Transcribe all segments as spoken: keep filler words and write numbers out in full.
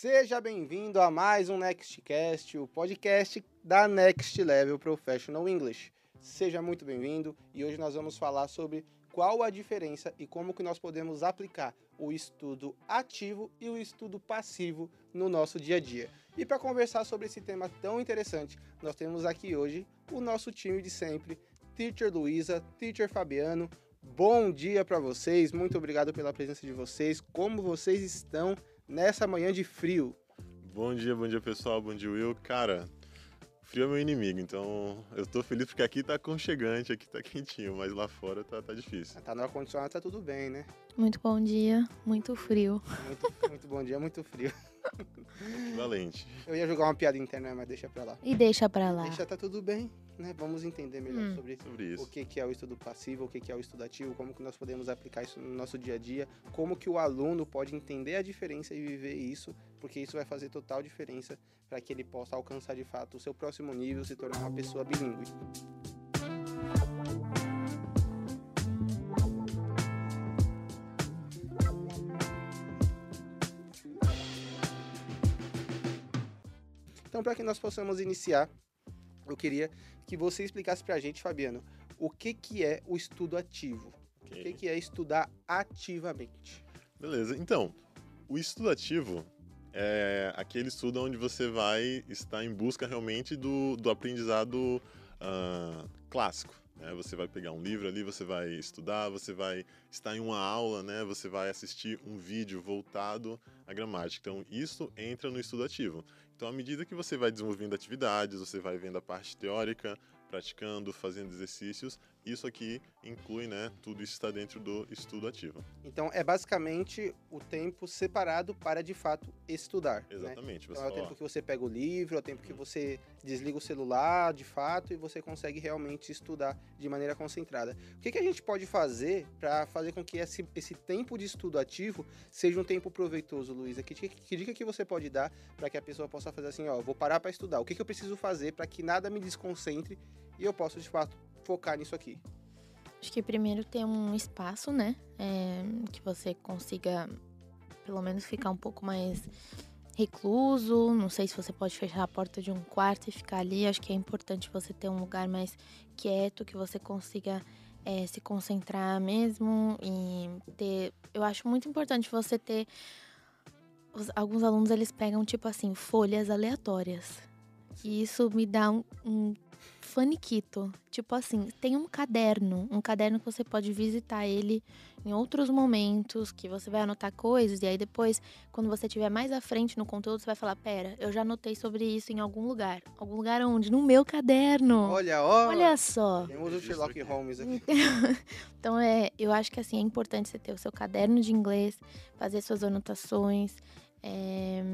Seja bem-vindo a mais um NextCast, o podcast da Next Level Professional English. Seja muito bem-vindo e hoje nós vamos falar sobre qual a diferença e como que nós podemos aplicar o estudo ativo e o estudo passivo no nosso dia a dia. E para conversar sobre esse tema tão interessante, nós temos aqui hoje o nosso time de sempre, Teacher Luísa, Teacher Fabiano. Bom dia para vocês, muito obrigado pela presença de vocês. Como vocês estão nessa manhã de frio? Bom dia, bom dia pessoal, bom dia Will. Cara, frio é meu inimigo, então eu tô feliz porque aqui tá aconchegante, aqui tá quentinho, mas lá fora tá, tá difícil. Tá no ar-condicionado, tá tudo bem, né? Muito bom dia, muito frio. Muito, muito bom dia, muito frio. Valente. Eu ia jogar uma piada interna, mas deixa pra lá. E deixa pra lá. Deixa, tá tudo bem, né? Vamos entender melhor Hum. sobre, Sobre isso. o que, que é o estudo passivo, o que, que é o estudo ativo, como que nós podemos aplicar isso no nosso dia a dia, como que o aluno pode entender a diferença e viver isso, porque isso vai fazer total diferença para que ele possa alcançar de fato o seu próximo nível, se tornar uma pessoa bilíngue. Então, para que nós possamos iniciar, eu queria que você explicasse para a gente, Fabiano, o que, que é o estudo ativo? Ok. O que, que é estudar ativamente? Beleza, então, o estudo ativo é aquele estudo onde você vai estar em busca realmente do, do aprendizado ah, clássico. Né? Você vai pegar um livro ali, você vai estudar, você vai estar em uma aula, né? Você vai assistir um vídeo voltado à gramática. Então, isso entra no estudo ativo. Então, à medida que você vai desenvolvendo atividades, você vai vendo a parte teórica, praticando, fazendo exercícios, isso aqui inclui, né, tudo isso está dentro do estudo ativo. Então, é basicamente o tempo separado para, de fato, estudar. Né? Exatamente. Então, Você é o fala, tempo que você pega o livro, é o tempo que você desliga o celular, de fato, e você consegue realmente estudar de maneira concentrada. O que, que a gente pode fazer para fazer com que esse, esse tempo de estudo ativo seja um tempo proveitoso, Luísa? Que, dica- que dica que você pode dar para que a pessoa possa fazer assim, ó, vou parar para estudar. O que, que eu preciso fazer para que nada me desconcentre e eu possa, de fato, focar nisso aqui? Acho que primeiro ter um espaço, né? É, que você consiga, pelo menos, ficar um pouco mais recluso. Não sei se você pode fechar a porta de um quarto e ficar ali. Acho que é importante você ter um lugar mais quieto, que você consiga é, se concentrar mesmo e ter... Eu acho muito importante você ter... os- alguns alunos, eles pegam, tipo assim, folhas aleatórias. E isso me dá um, um faniquito. Tipo assim, tem um caderno. Um caderno que você pode visitar ele em outros momentos, que você vai anotar coisas. E aí depois, quando você estiver mais à frente no conteúdo, você vai falar, pera, eu já anotei sobre isso em algum lugar. Algum lugar onde? No meu caderno. Olha, ó, Olha só. temos o Sherlock Holmes aqui. Então, é, eu acho que assim, é importante você ter o seu caderno de inglês, fazer suas anotações. é,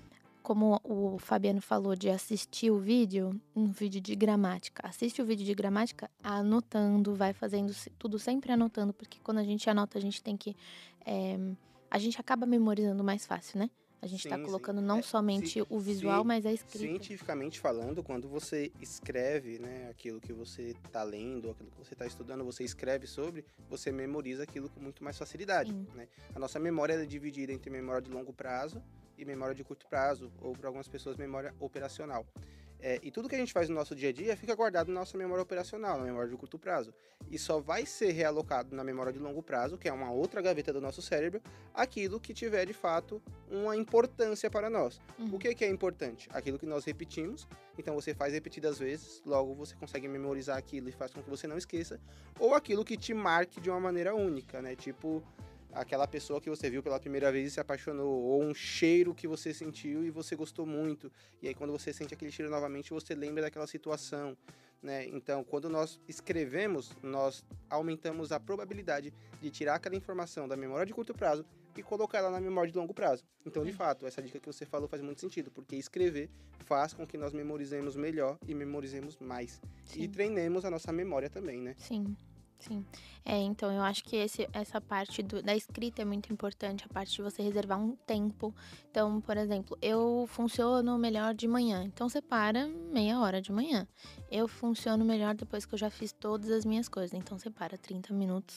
Como o Fabiano falou de assistir o vídeo, um vídeo de gramática. Assiste o vídeo de gramática anotando, vai fazendo se- tudo sempre anotando, porque quando a gente anota, a gente tem que... é, a gente acaba memorizando mais fácil, né? A gente tá Sim, sim. colocando não É, somente ci- o visual, ci- mas a escrita. Cientificamente falando, quando você escreve, né, aquilo que você está lendo, aquilo que você está estudando, você escreve sobre, você memoriza aquilo com muito mais facilidade. Sim. Né? A nossa memória ela é dividida entre memória de longo prazo e memória de curto prazo, ou para algumas pessoas, memória operacional. É, e tudo que a gente faz no nosso dia a dia fica guardado na nossa memória operacional, na memória de curto prazo. E só vai ser realocado na memória de longo prazo, que é uma outra gaveta do nosso cérebro, aquilo que tiver de fato uma importância para nós. Uhum. O que, que é importante? Aquilo que nós repetimos. Então você faz repetidas vezes, logo você consegue memorizar aquilo e faz com que você não esqueça. Ou aquilo que te marque de uma maneira única, né? Tipo aquela pessoa que você viu pela primeira vez e se apaixonou, ou um cheiro que você sentiu e você gostou muito, e aí quando você sente aquele cheiro novamente, você lembra daquela situação, né? Então, quando nós escrevemos, nós aumentamos a probabilidade de tirar aquela informação da memória de curto prazo e colocar ela na memória de longo prazo. Então, de fato, essa dica que você falou faz muito sentido, porque escrever faz com que nós memorizemos melhor e memorizemos mais. E Sim. treinemos a nossa memória também, né? Sim, sim. É, então eu acho que esse, essa parte do- da escrita é muito importante, a parte de você reservar um tempo. Então, por exemplo, eu funciono melhor de manhã, então você para meia hora de manhã. Eu funciono melhor depois que eu já fiz todas as minhas coisas, então você para trinta minutos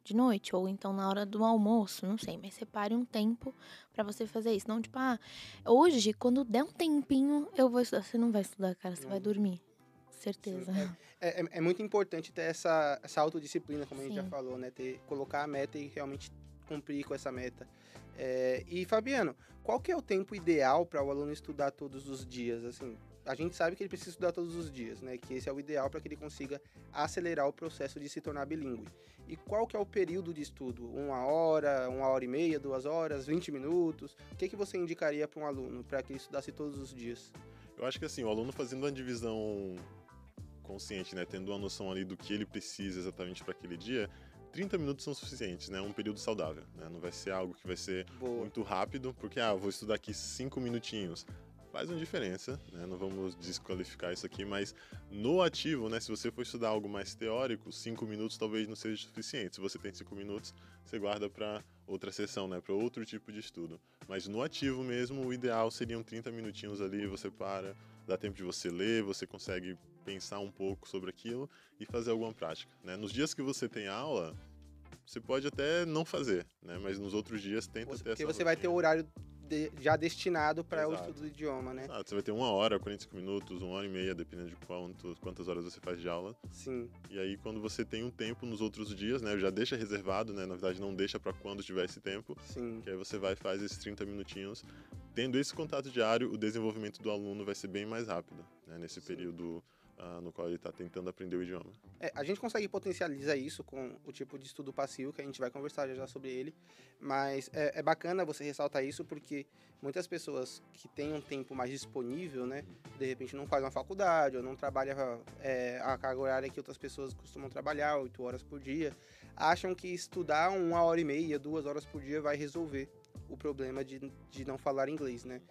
de noite, ou então na hora do almoço, não sei, mas separe um tempo pra você fazer isso. Não, tipo, ah, hoje, quando der um tempinho, eu vou estudar. Você não vai estudar, cara, você Não. vai dormir. Certeza. Sim, é, é, é muito importante ter essa, essa autodisciplina, como a gente já Sim. falou, né? Ter, colocar a meta e realmente cumprir com essa meta. É, e, Fabiano, qual que é o tempo ideal para o aluno estudar todos os dias? Assim, a gente sabe que ele precisa estudar todos os dias, né? Que esse é o ideal para que ele consiga acelerar o processo de se tornar bilíngue. E qual que é o período de estudo? Uma hora, uma hora e meia, duas horas, vinte minutos? O que, que você indicaria para um aluno para que ele estudasse todos os dias? Eu acho que assim, o aluno fazendo uma divisão consciente, né, tendo uma noção ali do que ele precisa exatamente para aquele dia, trinta minutos são suficientes, né, um período saudável, né, não vai ser algo que vai ser Boa. muito rápido, porque, ah, eu vou estudar aqui cinco minutinhos. Faz uma diferença, né, não vamos desqualificar isso aqui, mas no ativo, né, se você for estudar algo mais teórico, cinco minutos talvez não seja suficiente. Se você tem cinco minutos, você guarda para outra sessão, né, para outro tipo de estudo. Mas no ativo mesmo, o ideal seriam trinta minutinhos ali, você para, dá tempo de você ler, você consegue pensar um pouco sobre aquilo e fazer alguma prática, né? Nos dias que você tem aula, você pode até não fazer, né? Mas nos outros dias tenta Você, ter essa porque você vai ter o rotina. horário de- já destinado para o Exato. estudo do idioma, né? Ah, você vai ter uma hora, quarenta e cinco minutos, uma hora e meia, dependendo de quanto, quantas horas você faz de aula. Sim. E aí, quando você tem um tempo nos outros dias, né? Já deixa reservado, né? Na verdade, não deixa para quando tiver esse tempo. Sim. Que aí você vai e faz esses trinta minutinhos. Tendo esse contato diário, o desenvolvimento do aluno vai ser bem mais rápido, né? Nesse Sim. período ah, no qual ele está tentando aprender o idioma. É, a gente consegue potencializar isso com o tipo de estudo passivo, que a gente vai conversar já, já sobre ele, mas é, é bacana você ressaltar isso porque muitas pessoas que têm um tempo mais disponível, né, de repente não faz uma faculdade ou não trabalha é, a carga horária que outras pessoas costumam trabalhar, oito horas por dia, acham que estudar uma hora e meia, duas horas por dia vai resolver o problema de, de não falar inglês, né?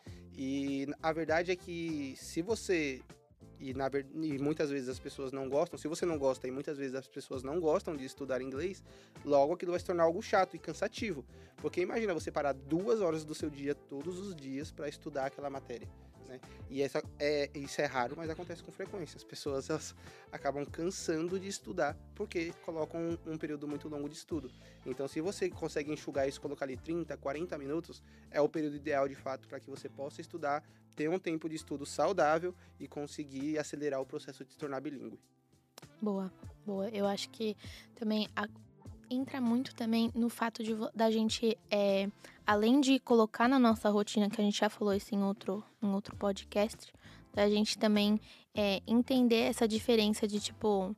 E a verdade é que se você E, na, ver- e muitas vezes as pessoas não gostam, se você não gosta e muitas vezes as pessoas não gostam de estudar inglês, logo aquilo vai se tornar algo chato e cansativo. Porque imagina você parar duas horas do seu dia, todos os dias, para estudar aquela matéria. Né? E essa, é, isso é raro, mas acontece com frequência. As pessoas elas acabam cansando de estudar porque colocam um, um período muito longo de estudo. Então, se você consegue enxugar isso, colocar ali trinta, quarenta minutos, é o período ideal de fato para que você possa estudar, ter um tempo de estudo saudável e conseguir acelerar o processo de se tornar bilíngue. Boa, boa. Eu acho que também a- entra muito também no fato de vo- da gente, é, além de colocar na nossa rotina, que a gente já falou isso em outro, em outro podcast, da gente também é, entender essa diferença de, tipo,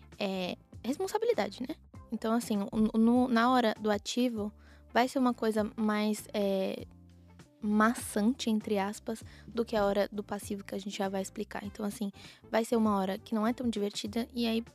é, responsabilidade, né? Então, assim, o- no- na hora do ativo, vai ser uma coisa mais é, maçante, entre aspas, do que a hora do passivo que a gente já vai explicar. Então, assim, vai ser uma hora que não é tão divertida e aí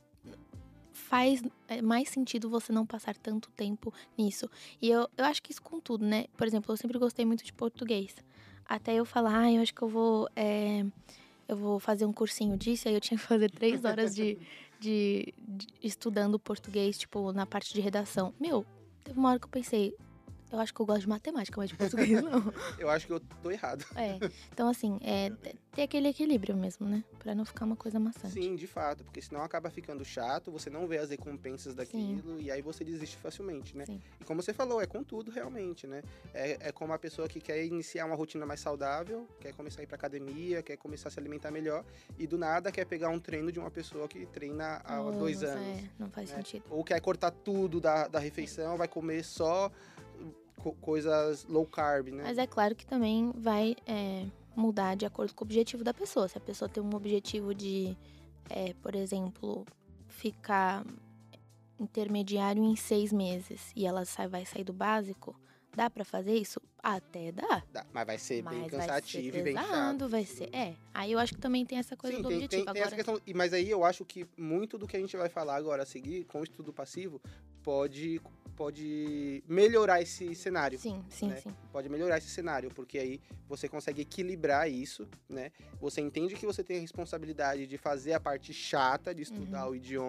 faz é, mais sentido você não passar tanto tempo nisso. E eu, eu acho que isso com tudo, né? Por exemplo, eu sempre gostei muito de português. Até eu falar, ah, eu acho que eu vou, é, eu vou fazer um cursinho disso, aí eu tinha que fazer três horas de, de, de estudando português, tipo, na parte de redação. Meu, teve uma hora que eu pensei, eu acho que eu gosto de matemática, mas de português não. Eu acho que eu tô errado. É, então assim, é t- ter aquele equilíbrio mesmo, né? Pra não ficar uma coisa maçante. Sim, de fato, porque senão acaba ficando chato, você não vê as recompensas daquilo e aí você desiste facilmente, né? Sim. E como você falou, é com tudo realmente, né? É, é como a pessoa que quer iniciar uma rotina mais saudável, quer começar a ir pra academia, quer começar a se alimentar melhor e do nada quer pegar um treino de uma pessoa que treina há dois Anos, anos. É, não faz né? sentido. Ou quer cortar tudo da, da refeição, vai comer só co- coisas low carb, né? Mas é claro que também vai é, mudar de acordo com o objetivo da pessoa. Se a pessoa tem um objetivo de, é, por exemplo, ficar intermediário em seis meses e ela sai, vai sair do básico, dá pra fazer isso? Até dá. Dá, mas vai ser bem Mas vai cansativo ser e bem chato. pesado, vai ser... É, aí eu acho que também tem essa coisa Sim, do tem, objetivo. tem, tem essa Agora, questão. e- Mas aí eu acho que muito do que a gente vai falar agora a seguir, com o estudo passivo, pode, pode melhorar esse cenário. sim, sim, né? sim. Pode melhorar esse cenário, porque aí você consegue equilibrar isso, né? Você entende que você tem a responsabilidade de fazer a parte chata de estudar Uhum. o idioma,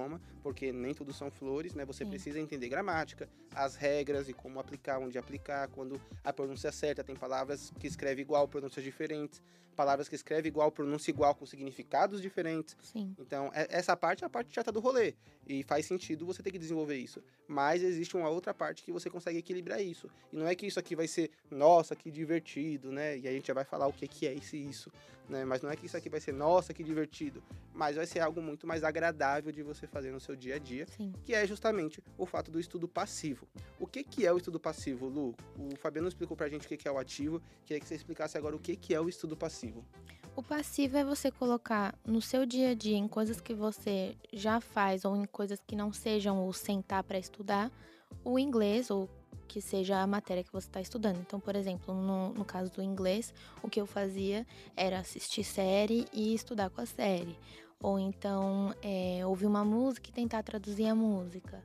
porque nem tudo são flores, né? Você Sim. precisa entender gramática, as regras e como aplicar, onde aplicar, quando a pronúncia é certa. Tem palavras que escreve igual, pronúncias diferentes, palavras que escreve igual, pronúncia igual, com significados diferentes. Sim. Então, é- essa parte é a parte chata do rolê. E faz sentido você ter que desenvolver isso. Mas existe uma outra parte que você consegue equilibrar isso. E não é que isso aqui vai ser, nossa, que divertido, né? E a gente já vai falar o que, que é esse isso, né? Mas não é que isso aqui vai ser, nossa, que divertido. Mas vai ser algo muito mais agradável de você fazer no seu dia a dia, Sim. que é justamente o fato do estudo passivo. O que, que é o estudo passivo, Lu? O Fabiano explicou pra gente o que, que é o ativo. Queria que você explicasse agora o que, que é o estudo passivo. O passivo é você colocar no seu dia a dia, em coisas que você já faz ou em coisas que não sejam o sentar para estudar, o inglês ou que seja a matéria que você está estudando. Então, por exemplo, no, no caso do inglês, o que eu fazia era assistir série e estudar com a série. Ou então, é, ouvir uma música e tentar traduzir a música.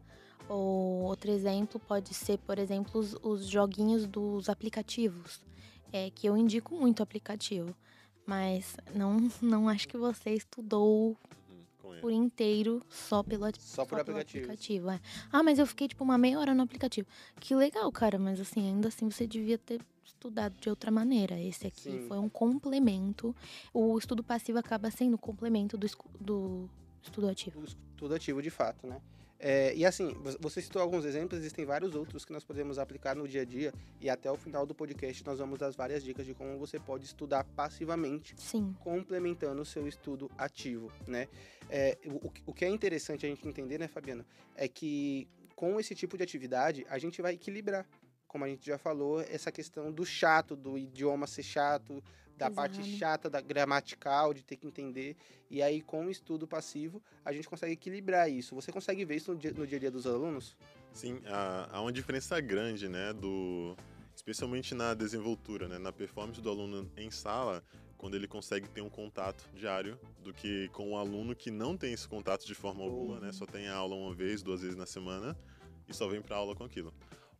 Ou outro exemplo pode ser, por exemplo, os, os joguinhos dos aplicativos, é, que eu indico muito o aplicativo. Mas não, não acho que você estudou Uhum, com ele. por inteiro só pelo, ati- Só por pelo aplicativos. aplicativo. É. Ah, mas eu fiquei tipo uma meia hora no aplicativo. Que legal, cara, mas assim, ainda assim você devia ter estudado de outra maneira. Esse aqui Sim. foi um complemento. O estudo passivo acaba sendo um complemento do, escu- do estudo ativo. O estudo ativo de fato, né? É, e assim, vo- você citou alguns exemplos, existem vários outros que nós podemos aplicar no dia a dia, e até o final do podcast nós vamos dar várias dicas de como você pode estudar passivamente, Sim, complementando o seu estudo ativo, né? É, o, o que- o que é interessante a gente entender, né, Fabiano, é que com esse tipo de atividade a gente vai equilibrar, como a gente já falou, essa questão do chato, do idioma ser chato, da parte Pesado. chata da gramatical, de ter que entender. E aí, com o estudo passivo, a gente consegue equilibrar isso. Você consegue ver isso no dia, no dia a dia dos alunos? Sim, há, há uma diferença grande, né, do, especialmente na desenvoltura, né, na performance do aluno em sala, quando ele consegue ter um contato diário, do que com o aluno que não tem esse contato de forma alguma, né, só tem a aula uma vez, duas vezes na semana e só vem para aula com aquilo.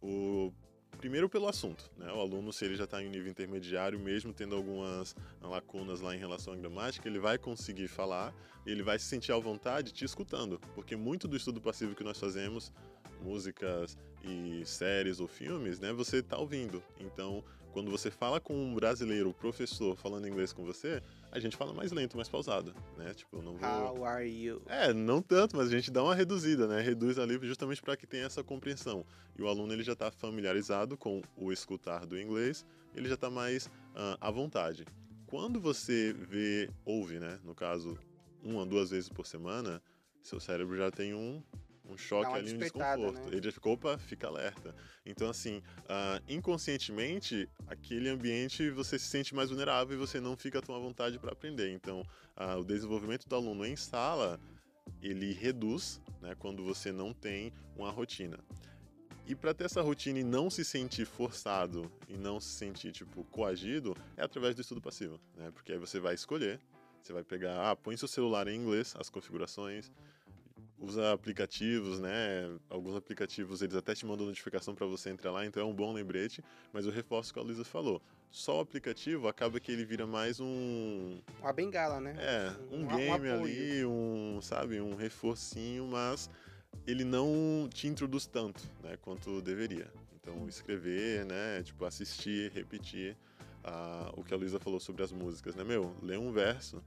O Primeiro pelo assunto, né? O aluno, se ele já está em nível intermediário, mesmo tendo algumas lacunas lá em relação à gramática, ele vai conseguir falar, ele vai se sentir à vontade te escutando, porque muito do estudo passivo que nós fazemos, músicas e séries ou filmes, né? Você está ouvindo. Então, quando você fala com um brasileiro, professor, falando inglês com você, a gente fala mais lento, mais pausado, né? Tipo, eu não vou... How are you? É, não tanto, mas a gente dá uma reduzida, né? Reduz ali justamente para que tenha essa compreensão. E o aluno ele já está familiarizado com o escutar do inglês, ele já está mais ah, à vontade. Quando você vê, ouve, né? No caso, uma, duas vezes por semana, seu cérebro já tem um, um choque Dá uma ali, um despertada, desconforto. né? Ele já ficou, opa, fica alerta. Então, assim, ah, inconscientemente, aquele ambiente você se sente mais vulnerável e você não fica tão à vontade para aprender. Então, ah, o desenvolvimento do aluno em sala, ele reduz, né, quando você não tem uma rotina. E para ter essa rotina e não se sentir forçado e não se sentir, tipo, coagido, é através do estudo passivo, né? Porque aí você vai escolher, você vai pegar, ah, põe seu celular em inglês, as configurações, usa aplicativos, né? Alguns aplicativos, eles até te mandam notificação para você entrar lá, então é um bom lembrete, mas eu reforço o que a Luísa falou. Só o aplicativo acaba que ele vira mais um... Uma bengala, né? É, um, um game apoio. ali, um, sabe, um reforcinho, mas ele não te introduz tanto, né, quanto deveria. Então, escrever, né, tipo, assistir, repetir ah, o que a Luísa falou sobre as músicas, né, meu, lê um verso,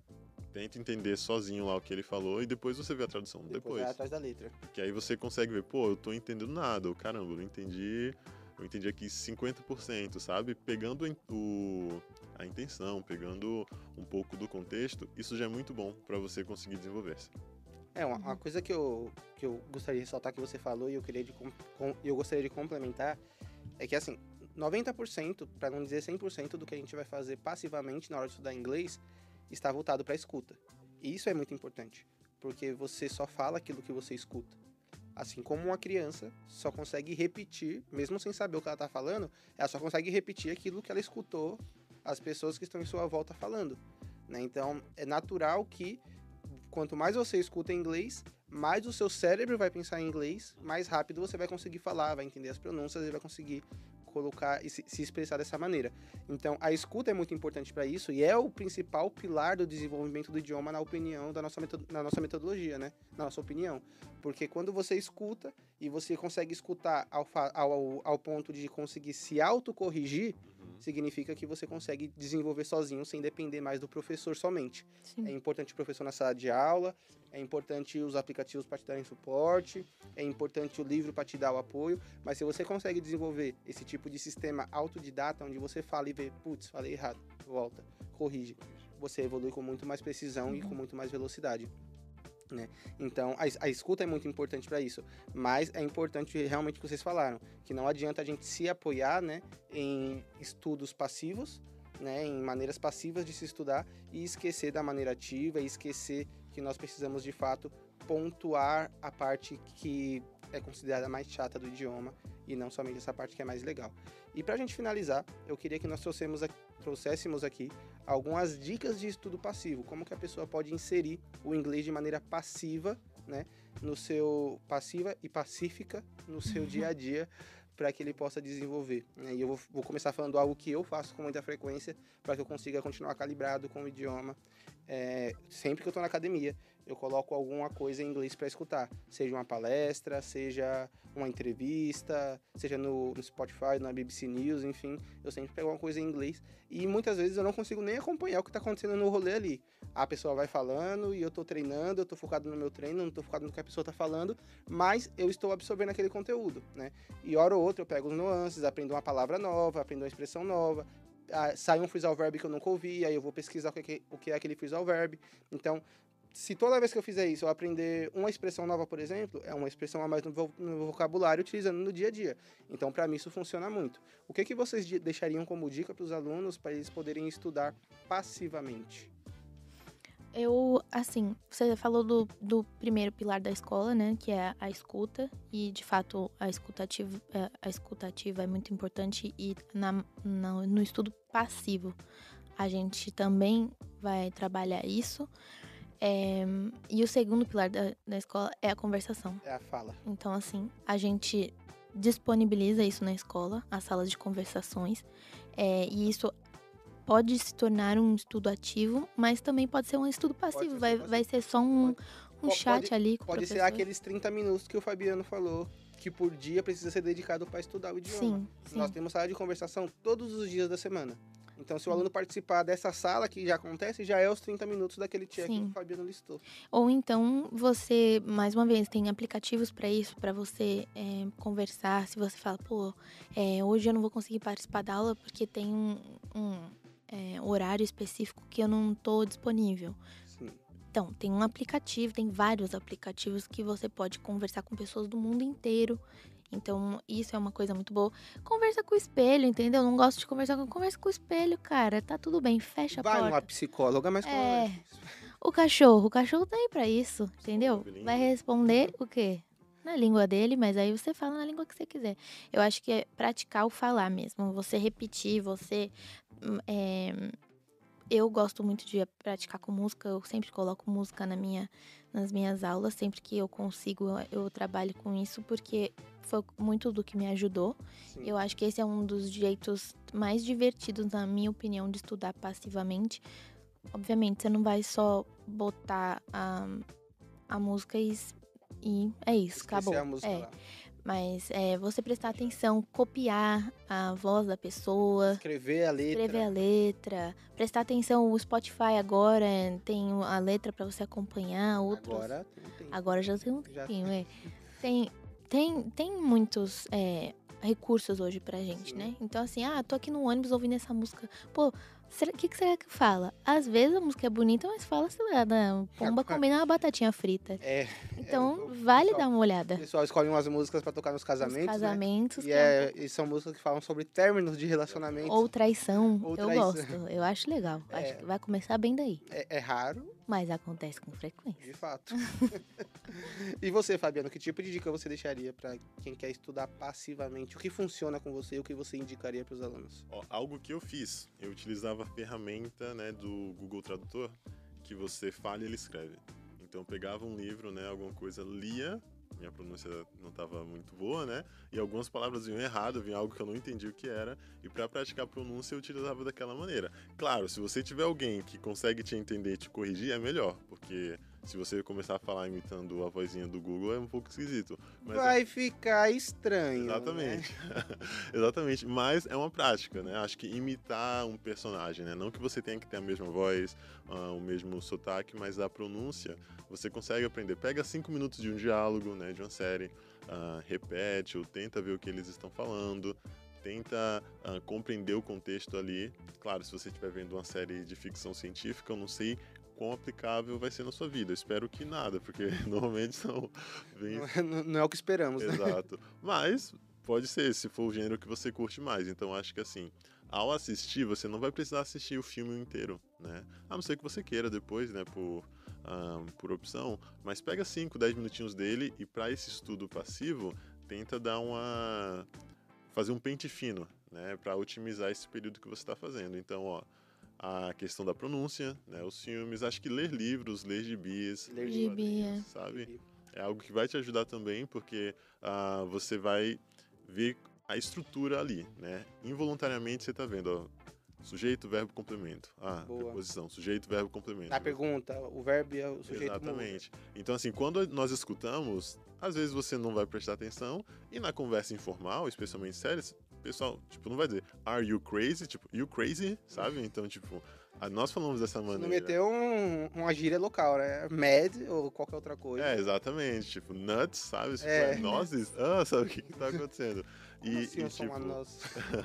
tenta entender sozinho lá o que ele falou e depois você vê a tradução Depois, depois. vai atrás da letra. Que aí você consegue ver, pô, eu tô entendendo nada, ou caramba, eu não entendi, eu entendi aqui cinquenta por cento, sabe? Pegando o, a intenção, pegando um pouco do contexto, isso já é muito bom para você conseguir desenvolver-se. É, uma, uma coisa que eu, que eu gostaria de ressaltar que você falou e eu, queria de, com, com- eu gostaria de complementar é que, assim, noventa por cento, para não dizer cem por cento do que a gente vai fazer passivamente na hora de estudar inglês está voltado para a escuta. E isso é muito importante, porque você só fala aquilo que você escuta. Assim como uma criança só consegue repetir, mesmo sem saber o que ela está falando, ela só consegue repetir aquilo que ela escutou as pessoas que estão em sua volta falando, né? Então, é natural que quanto mais você escuta em inglês, mais o seu cérebro vai pensar em inglês, mais rápido você vai conseguir falar, vai entender as pronúncias e vai conseguir colocar e se, se expressar dessa maneira. Então, a escuta é muito importante para isso e é o principal pilar do desenvolvimento do idioma na opinião da nossa, metod- na nossa metodologia, né? Na nossa opinião. Porque quando você escuta e você consegue escutar ao, fa- ao, ao ponto de conseguir se autocorrigir, Uhum. significa que você consegue desenvolver sozinho sem depender mais do professor somente. Sim. É importante o professor na sala de aula, é importante os aplicativos para te darem suporte, é importante o livro para te dar o apoio, mas se você consegue desenvolver esse tipo de sistema autodidata, onde você fala e vê, putz, falei errado, volta, corrige, você evolui com muito mais precisão Uhum. e com muito mais velocidade. Né? Então, a, a escuta é muito importante para isso, mas é importante realmente o que vocês falaram, que não adianta a gente se apoiar, né, em estudos passivos, né, em maneiras passivas de se estudar e esquecer da maneira ativa e esquecer que nós precisamos de fato pontuar a parte que é considerada mais chata do idioma e não somente essa parte que é mais legal. E para a gente finalizar, eu queria que nós trouxemos aqui, trouxéssemos aqui algumas dicas de estudo passivo, como que a pessoa pode inserir o inglês de maneira passiva, né, no seu passiva e pacífica no seu dia a dia, para que ele possa desenvolver. Né? E eu vou, vou começar falando algo que eu faço com muita frequência, para que eu consiga continuar calibrado com o idioma. É, sempre que eu estou na academia, eu coloco alguma coisa em inglês para escutar, seja uma palestra, seja uma entrevista, seja no, no Spotify, na B B C News, enfim, eu sempre pego uma coisa em inglês e muitas vezes eu não consigo nem acompanhar o que está acontecendo no rolê ali. A pessoa vai falando e eu estou treinando, eu estou focado no meu treino, não estou focado no que a pessoa está falando, mas eu estou absorvendo aquele conteúdo, né? E hora ou outra eu pego os nuances, aprendo uma palavra nova, aprendo uma expressão nova, ah, sai um phrasal verb que eu nunca ouvi, aí eu vou pesquisar o que, o que é aquele phrasal verb. Então, se toda vez que eu fizer isso, eu aprender uma expressão nova, por exemplo, é uma expressão a mais no, vo- no vocabulário utilizando no dia a dia. Então, para mim, isso funciona muito. O que, que vocês di- deixariam como dica para os alunos para eles poderem estudar passivamente? Eu, assim, você falou do, do primeiro pilar da escola, né, que é a escuta, e de fato a escutativa, é, a escutativa é muito importante e na, na- no estudo passivo a gente também vai trabalhar isso. É, e o segundo pilar da, da escola é a conversação. É a fala. Então, assim, a gente disponibiliza isso na escola, as salas de conversações, é, e isso pode se tornar um estudo ativo, mas também pode ser um estudo passivo. ser Vai, passivo. vai ser só um, Pode- um po- chat pode- ali com o Pode ser professor. aqueles trinta minutos que o Fabiano falou, que por dia precisa ser dedicado para estudar o idioma. Sim, sim. Nós temos sala de conversação todos os dias da semana. Então, se o aluno participar dessa sala que já acontece, já é os trinta minutos daquele check que Sim. o Fabiano listou. Ou então você, mais uma vez, tem aplicativos para isso, para você é, conversar. Se você fala, pô, é, hoje eu não vou conseguir participar da aula porque tem um, um, é, horário específico que eu não tô disponível. Sim. Então, tem um aplicativo, tem vários aplicativos que você pode conversar com pessoas do mundo inteiro. Então, isso é uma coisa muito boa. Conversa com o espelho, entendeu? Não gosto de conversar com... Conversa com o espelho, cara. Tá tudo bem, fecha a Vai porta. numa psicóloga, mas É. conversa. O cachorro, o cachorro tá aí pra isso, entendeu? Bilingue. Vai responder o quê? Na língua dele, mas aí você fala na língua que você quiser. Eu acho que é praticar o falar mesmo. Você repetir, você... hum, é, Eu gosto muito de praticar com música. Eu sempre coloco música na minha, nas minhas aulas. Sempre que eu consigo, eu trabalho com isso. Porque foi muito do que me ajudou. Sim. Eu acho que esse é um dos jeitos mais divertidos, na minha opinião, de estudar passivamente. Obviamente, você não vai só botar a, a música e, e é isso, Esquecer acabou. a música É, lá. mas é, você prestar atenção, copiar a voz da pessoa, Escrever a letra. escrever a letra, prestar atenção. O Spotify agora tem a letra para você acompanhar, outros... Agora tem tempo. Agora já tem um Já tempinho, é. Tem, tem, tem muitos é, recursos hoje pra gente, Sim. né? Então, assim, ah, tô aqui no ônibus ouvindo essa música. Pô, o que, que será que fala? Às vezes a música é bonita, mas fala, sei lá, da pomba combina uma batatinha frita. É, Então, o vale pessoal- dar uma olhada. o pessoal escolhe umas músicas pra tocar nos Os casamentos, casamentos, né? que E, é é, e são músicas que falam sobre términos de relacionamento. ou traição, Ou eu traição. gosto, eu acho legal. É. Acho que vai começar bem daí. É, é raro, Mas acontece com frequência. de fato. E você, Fabiano, que tipo de dica você deixaria pra quem quer estudar passivamente? O que funciona com você e o que você indicaria pros alunos? Ó, algo que eu fiz, eu utilizava a ferramenta, né, do Google Tradutor, que você fala e ele escreve. Então eu pegava um livro, né, alguma coisa, lia minha pronúncia não estava muito boa, né? E algumas palavras vinham errado, vinha algo que eu não entendi o que era. E para praticar a pronúncia eu utilizava daquela maneira. Claro, se você tiver alguém que consegue te entender e te corrigir, é melhor, porque se você começar a falar imitando a vozinha do Google é um pouco esquisito. Mas Vai é... ficar estranho. Exatamente. Né? Exatamente. Mas é uma prática, né? Acho que imitar um personagem, né? Não que você tenha que ter a mesma voz, uh, o mesmo sotaque, mas a pronúncia você consegue aprender. Pega cinco minutos de um diálogo, né? De uma série, uh, repete ou tenta ver o que eles estão falando. Tenta uh, compreender o contexto ali. Claro, se você estiver vendo uma série de ficção científica, eu não sei quão aplicável vai ser na sua vida. Eu espero que nada, porque normalmente são... Bem... Não, é, não é o que esperamos, né? Exato. Mas pode ser, se for o gênero que você curte mais. Então, acho que assim, ao assistir, você não vai precisar assistir o filme inteiro, né? A não ser que você queira depois, né, por, um, por opção. Mas pega cinco, dez minutinhos dele e para esse estudo passivo, tenta dar uma... fazer um pente fino, né, para otimizar esse período que você está fazendo. Então, ó, a questão da pronúncia, né, os filmes, acho que ler livros, ler gibis, Ler Gibi, sabe? É algo que vai te ajudar também, porque uh, você vai ver a estrutura ali, né? Involuntariamente você está vendo, ó, sujeito, verbo, complemento. Ah, Boa. preposição, sujeito, verbo, complemento. Na pergunta, o verbo e o sujeito Exatamente. Então, assim, quando nós escutamos, às vezes você não vai prestar atenção, e na conversa informal, especialmente sérias, o pessoal, tipo, não vai dizer, are you crazy? Tipo, you crazy? Sabe? Então, tipo, nós falamos dessa Você maneira. não meteu um, uma gíria local, né? Mad ou qualquer outra coisa. É, exatamente. Tipo, nuts, sabe? Tipo, É. é. nozes. Ah, sabe o que que tá acontecendo? E, Como assim, e eu sou tipo, uma noz?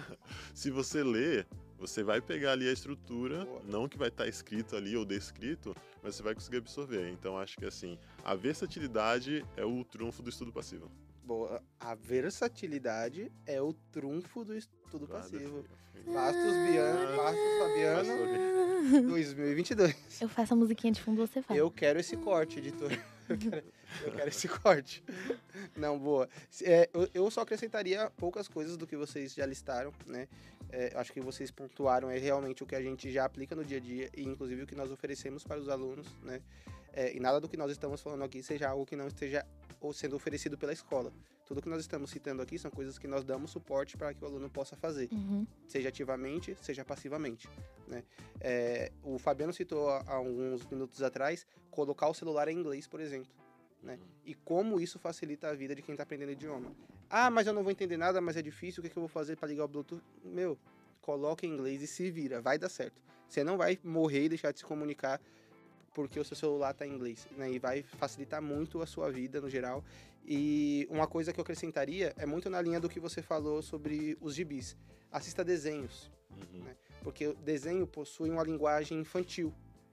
se você ler, você vai pegar ali a estrutura, Boa. não que vai estar escrito ali ou descrito, mas você vai conseguir absorver. Então, acho que, assim, a versatilidade é o trunfo do estudo passivo. Boa. A versatilidade é o trunfo do estudo Claro, passivo. filho. Bastos Biano, Bastos Fabiano, dois mil e vinte e dois. Eu faço a musiquinha de fundo, você faz. Eu quero esse corte, editor. Eu quero, eu quero esse corte. Não, boa. É, eu, eu só acrescentaria poucas coisas do que vocês já listaram, né? É, acho que vocês pontuaram é realmente o que a gente já aplica no dia a dia e inclusive o que nós oferecemos para os alunos, né? É, e nada do que nós estamos falando aqui seja algo que não esteja ou sendo oferecido pela escola. Tudo que nós estamos citando aqui são coisas que nós damos suporte para que o aluno possa fazer, Uhum. seja ativamente, seja passivamente, né? É, o Fabiano citou há alguns minutos atrás colocar o celular em inglês, por exemplo, né? E como isso facilita a vida de quem está aprendendo idioma. Ah, mas eu não vou entender nada, mas é difícil, o que, é que eu vou fazer para ligar o Bluetooth? Meu, coloca em inglês e se vira, vai dar certo. Você não vai morrer e deixar de se comunicar porque o seu celular está em inglês, né? E vai facilitar muito a sua vida no geral. E uma coisa que eu acrescentaria é muito na linha do que você falou sobre os gibis. Assista desenhos, Uhum. né? Porque o desenho possui uma linguagem infantil.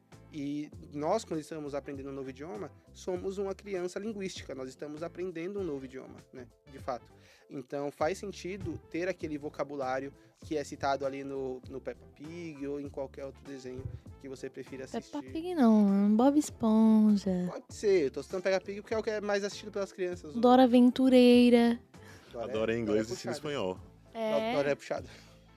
E nós, quando estamos aprendendo um novo idioma, somos uma criança linguística. Nós estamos aprendendo um novo idioma, né? De fato. Então, faz sentido ter aquele vocabulário que é citado ali no, no Peppa Pig ou em qualquer outro desenho que você prefira assistir. Peppa Pig não, Bob Esponja. Pode ser. Eu tô citando Peppa Pig porque é o que é mais assistido pelas crianças. Dora Aventureira. Dora Adoro em inglês Dora e ensino puxado. espanhol. É, Dora é puxado.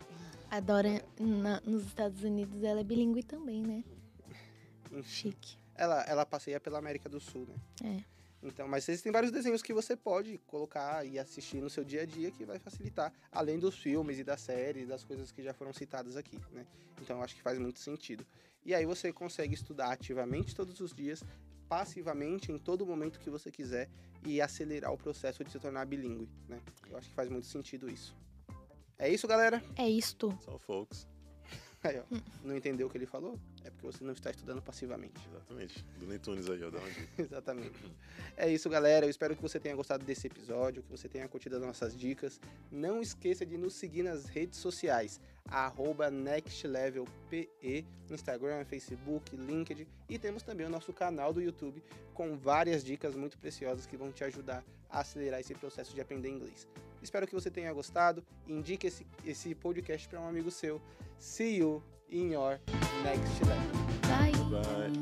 a Dora na- nos Estados Unidos ela é bilíngue também, né? Enfim. Chique. Ela, ela passeia pela América do Sul, né? É. Então, mas existem vários desenhos que você pode colocar e assistir no seu dia a dia que vai facilitar, além dos filmes e das séries, das coisas que já foram citadas aqui, né? Então, eu acho que faz muito sentido. E aí você consegue estudar ativamente todos os dias, passivamente em todo momento que você quiser e acelerar o processo de se tornar bilíngue, né? Eu acho que faz muito sentido isso. É isso, galera? É isto. So, folks. Aí, ó. Não entendeu o que ele falou? É porque você não está estudando passivamente. Exatamente. Do Netunes aí, ó, dá uma dica. Exatamente. É isso, galera. Eu espero que você tenha gostado desse episódio, que você tenha curtido as nossas dicas. Não esqueça de nos seguir nas redes sociais, arroba nextlevelpe, Instagram, Facebook, LinkedIn, e temos também o nosso canal do YouTube com várias dicas muito preciosas que vão te ajudar a acelerar esse processo de aprender inglês. Espero que você tenha gostado. Indique esse, esse podcast para um amigo seu. See you in your next level. Bye. Bye.